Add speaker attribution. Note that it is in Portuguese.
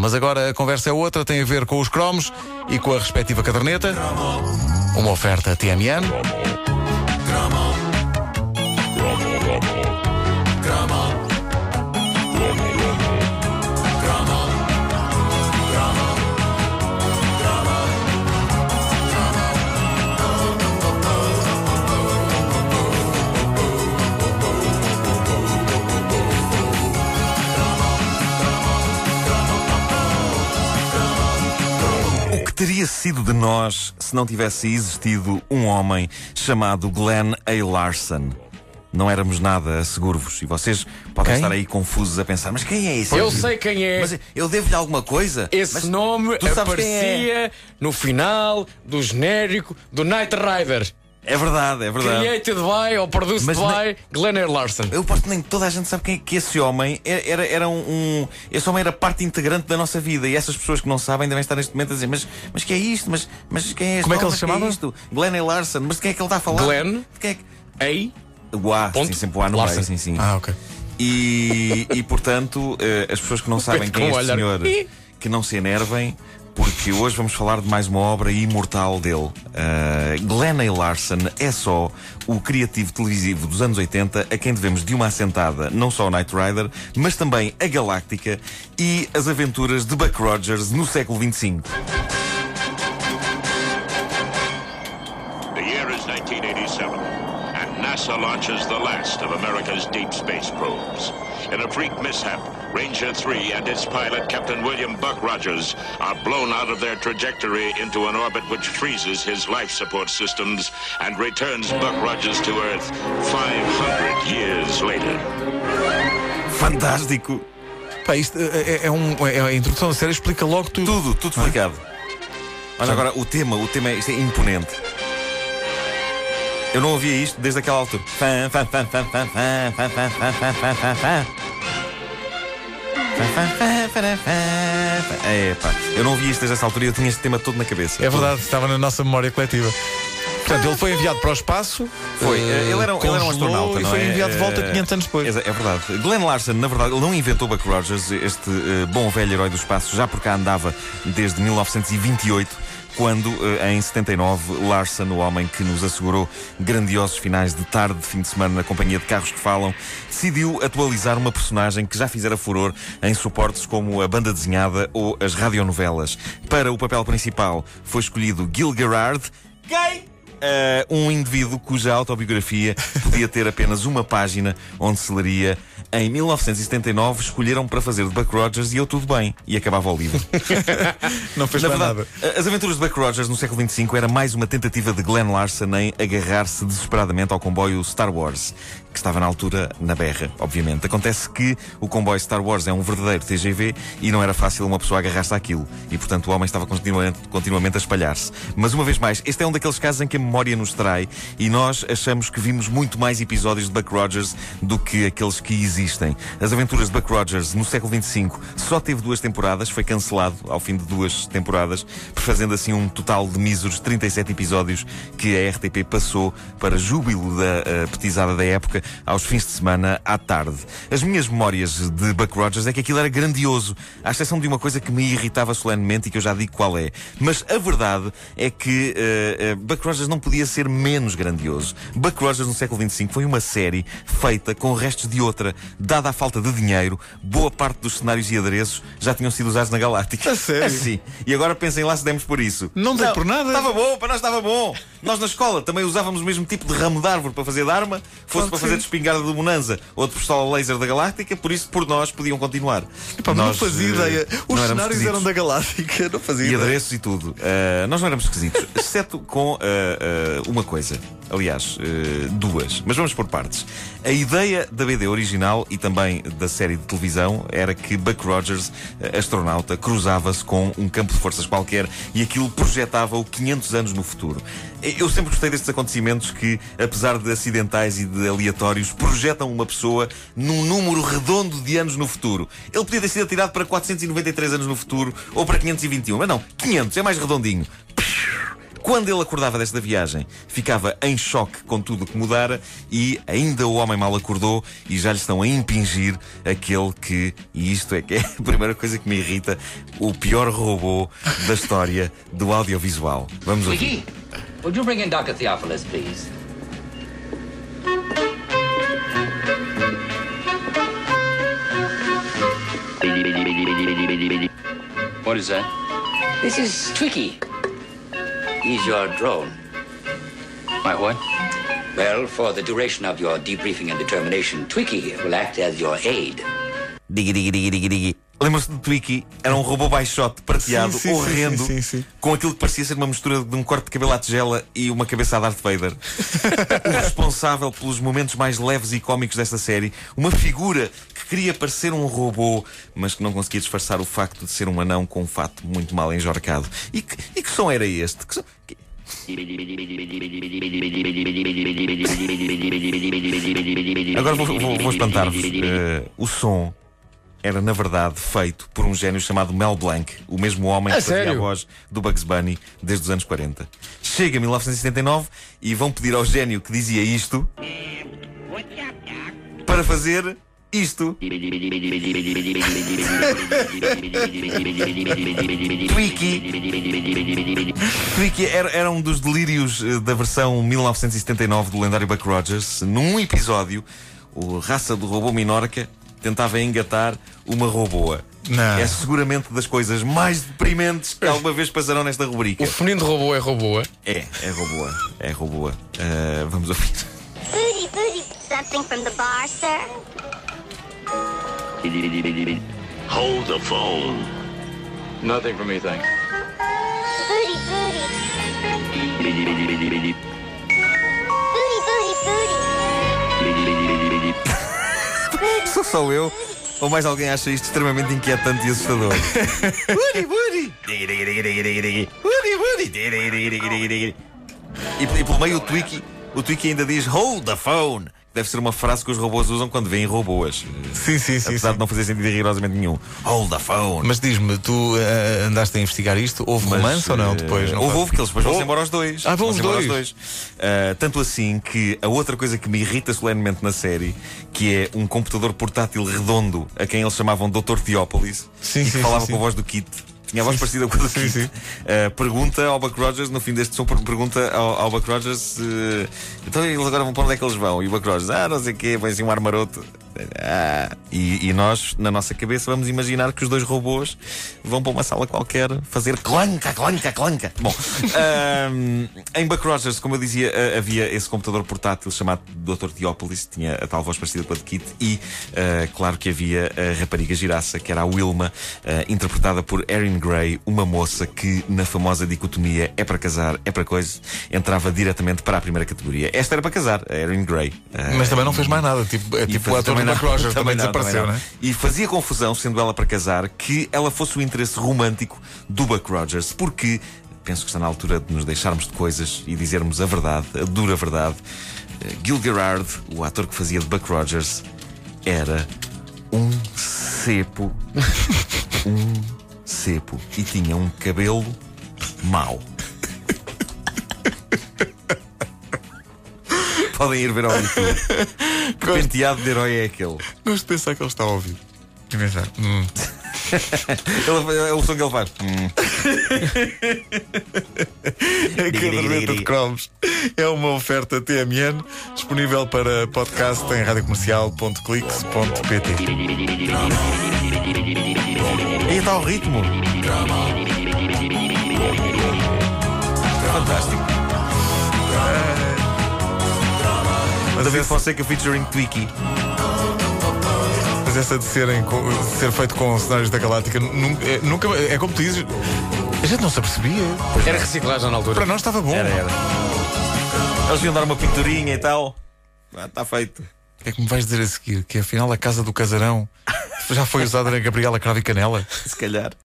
Speaker 1: Mas agora a conversa é outra, tem a ver com os cromos e com a respectiva caderneta. Uma oferta TMN.
Speaker 2: Teria sido de nós se não tivesse existido um homem chamado Glenn A. Larson. Não éramos nada, asseguro-vos. E vocês podem estar aí confusos a pensar: mas quem é esse?
Speaker 3: Eu sei quem é.
Speaker 2: Mas eu devo-lhe alguma coisa?
Speaker 3: Esse nome aparecia no final do genérico do Knight Rider.
Speaker 2: É verdade, é verdade.
Speaker 3: Created by ou produced by Glenn A. Larson.
Speaker 2: Eu aposto que nem toda a gente sabe que esse homem era esse homem era parte integrante da nossa vida. E essas pessoas que não sabem devem estar neste momento a dizer: mas que é isto? Mas quem é este?
Speaker 1: Como é que ele se chamava?
Speaker 2: Glenn A. Larson. Mas de quem é que ele está a falar?
Speaker 3: Glenn
Speaker 2: de quem é que...
Speaker 3: Ponto.
Speaker 2: Sim, sempre o A no meio, sim.
Speaker 1: Ok.
Speaker 2: E portanto, as pessoas que não sabem quem é este senhor, que não se enervem, porque hoje vamos falar de mais uma obra imortal dele. Glenn A. Larson é só o criativo televisivo dos anos 80 a quem devemos de uma assentada não só o Knight Rider, mas também a Galáctica e as aventuras de Buck Rogers no século XXV.
Speaker 4: The year is 1987, and NASA launches the last of America's deep space probes. In a freak mishap, Ranger 3 and its pilot, Captain William Buck Rogers, are blown out of their trajectory into an orbit which freezes his life support systems and returns Buck Rogers to Earth 500 years later.
Speaker 2: Fantástico!
Speaker 1: Pá, isto a introdução da série explica logo tudo.
Speaker 2: Tudo explicado. Mas agora o tema isto é imponente. Eu não ouvia isto desde aquela altura. Eu não ouvia isto desde essa altura e eu tinha este tema todo na cabeça.
Speaker 1: É verdade, estava na nossa memória coletiva. Portanto, ele foi enviado para o espaço.
Speaker 2: Ele era um astronauta,
Speaker 1: e
Speaker 2: não
Speaker 1: foi
Speaker 2: é?
Speaker 1: enviado de volta 500 anos depois.
Speaker 2: É verdade. Glenn Larson, na verdade, ele não inventou Buck Rogers, este bom velho herói do espaço, já por cá andava desde 1928. Quando, em 79, Larson, o homem que nos assegurou grandiosos finais de tarde, de fim de semana na companhia de carros que falam, decidiu atualizar uma personagem que já fizera furor em suportes como a banda desenhada ou as radionovelas. Para o papel principal foi escolhido Gil Gerard. Quem? Um indivíduo cuja autobiografia podia ter apenas uma página, onde se leria: em 1979 escolheram para fazer de Buck Rogers e eu tudo bem. E acabava o livro.
Speaker 1: Não fez mais nada.
Speaker 2: As aventuras de Buck Rogers no século XXV era mais uma tentativa de Glenn Larson em agarrar-se desesperadamente ao comboio Star Wars, que estava na altura na berra, obviamente. Acontece que o comboio Star Wars é um verdadeiro TGV e não era fácil uma pessoa agarrar-se àquilo. E, portanto, o homem estava continuamente a espalhar-se. Mas, uma vez mais, este é um daqueles casos em que a memória nos trai e nós achamos que vimos muito mais episódios de Buck Rogers do que aqueles que existem. As aventuras de Buck Rogers no século XXV só teve 2 temporadas, foi cancelado ao fim de 2 temporadas, fazendo assim um total de míseros 37 episódios que a RTP passou para júbilo da petizada da época aos fins de semana à tarde. As minhas memórias de Buck Rogers é que aquilo era grandioso, à exceção de uma coisa que me irritava solenemente e que eu já digo qual é. Mas a verdade é que Buck Rogers não podia ser menos grandioso. Buck Rogers no século XXV foi uma série feita com restos de outra. Dada a falta de dinheiro, boa parte dos cenários e adereços já tinham sido usados na Galáctica.
Speaker 1: A sério?
Speaker 2: Assim. E agora pensem lá se demos por isso.
Speaker 1: Não dei por nada.
Speaker 2: Estava bom, para nós estava bom. Nós na escola também usávamos o mesmo tipo de ramo de árvore para fazer de arma, fosse para fazer de espingarda do Bonanza ou de pistola laser da Galáctica, por isso por nós podiam continuar.
Speaker 1: Epá, não fazia ideia. Os cenários eram da Galáctica, não fazia ideia.
Speaker 2: E adereços e tudo. Nós não éramos esquisitos, exceto com uma coisa. Aliás, 2. Mas vamos por partes. A ideia da BD original e também da série de televisão era que Buck Rogers, astronauta, cruzava-se com um campo de forças qualquer e aquilo projetava-o 500 anos no futuro. Eu sempre gostei destes acontecimentos que, apesar de acidentais e de aleatórios, projetam uma pessoa num número redondo de anos no futuro. Ele podia ter sido atirado para 493 anos no futuro ou para 521, mas não, 500 é mais redondinho. quando ele acordava desta viagem, ficava em choque com tudo o que mudara e ainda o homem mal acordou e já lhe estão a impingir aquele que, e isto é que é a primeira coisa que me irrita, o pior robô da história do audiovisual. Vamos ouvir.
Speaker 5: Twiggy, would you bring in Dr. Theophilus, please? What is that? This is Twiggy. He's your drone. My what? Well, for the duration of your debriefing and determination, Twiggy here will act as your aid.
Speaker 2: Digi, digi, digi, digi, digi. Lembram-se do Twiggy? Era um robô baixote, prateado,
Speaker 1: Sim,
Speaker 2: horrendo,
Speaker 1: sim.
Speaker 2: com aquilo que parecia ser uma mistura de um corte de cabelo à tigela e uma cabeça a Darth Vader. O responsável pelos momentos mais leves e cómicos desta série. Uma figura que queria parecer um robô, mas que não conseguia disfarçar o facto de ser um anão com um fato muito mal enjorcado. E que som era este? Agora vou espantar-vos. O som era, na verdade, feito por um gênio chamado Mel Blanc, o mesmo homem que fazia a voz do Bugs Bunny desde os anos 40. Chega 1979 e vão pedir ao gênio que dizia isto para fazer isto. Twiggy era um dos delírios da versão 1979 do lendário Buck Rogers. Num episódio, o raça do robô Minorca tentava engatar uma roboa.
Speaker 1: Não.
Speaker 2: É seguramente das coisas mais deprimentes que alguma vez passarão nesta rubrica.
Speaker 3: O feminino de robô é roboa.
Speaker 2: É roboa. É roboa. Vamos ouvir.
Speaker 6: Booty, something from the bar, sir?
Speaker 4: Hold the phone.
Speaker 3: Nothing for me, thanks.
Speaker 6: Booty.
Speaker 2: Sou eu? Ou mais alguém acha isto extremamente inquietante e assustador? Woody! E pelo meio o Twiggy ainda diz hold the phone. Deve ser uma frase que os robôs usam quando veem robôs.
Speaker 1: Sim.
Speaker 2: Apesar de não fazer sentido rigorosamente nenhum. Hold the phone.
Speaker 1: Mas diz-me, tu andaste a investigar isto? Houve romance ou não depois? Não
Speaker 2: Houve, que eles depois vão-se embora aos dois.
Speaker 1: Vão os
Speaker 2: embora
Speaker 1: dois.
Speaker 2: Tanto assim que a outra coisa que me irrita solenemente na série, que é um computador portátil redondo a quem eles chamavam Dr. Theophilus, e que falava com a voz do Kit. Tinha a voz parecida com a do Kit. Pergunta ao Buck Rogers, no fim deste som, pergunta ao Buck Rogers então eles agora vão para onde é que eles vão? E o Buck Rogers, não sei o quê, vai assim um ar maroto. E nós, na nossa cabeça, vamos imaginar que os dois robôs vão para uma sala qualquer fazer clanca. Bom, em Buck Rogers, como eu dizia, havia esse computador portátil chamado Dr. Theophilus, tinha a tal voz parecida com a de Kit, e claro que havia a rapariga giraça, que era a Wilma, interpretada por Erin Gray, uma moça que, na famosa dicotomia é para casar, é para coisa, entrava diretamente para a primeira categoria. Esta era para casar, a Erin Gray.
Speaker 1: Mas também não fez mais nada, tipo o ator do Buck Rogers também desapareceu, não é?
Speaker 2: E fazia confusão, sendo ela para casar, que ela fosse o interesse romântico do Buck Rogers, porque penso que está na altura de nos deixarmos de coisas e dizermos a verdade, a dura verdade. Gil Gerard, o ator que fazia de Buck Rogers, era um cepo. E tinha um cabelo mau. Podem ir ver ao YouTube. Que penteado de herói é aquele?
Speaker 1: Gosto de pensar que ele está a ouvir. E pensar,
Speaker 2: É o som que ele faz.
Speaker 1: A caderneta de cromos é uma oferta TMN, disponível para podcast em radiocomercial.clix.pt.
Speaker 2: Aí está o ritmo. Fantástico. David Fonseca featuring Twiggy.
Speaker 1: Mas essa de ser feito com cenários da Galáctica nunca é como tu dizes, a gente não se apercebia.
Speaker 3: Era reciclagem na altura.
Speaker 1: Para nós estava bom.
Speaker 2: Era. Eles iam dar uma pinturinha e tal. Está feito.
Speaker 1: O que é que me vais dizer a seguir? Que afinal a casa do casarão já foi usada na Gabriela Cravo e Canela?
Speaker 2: Se calhar.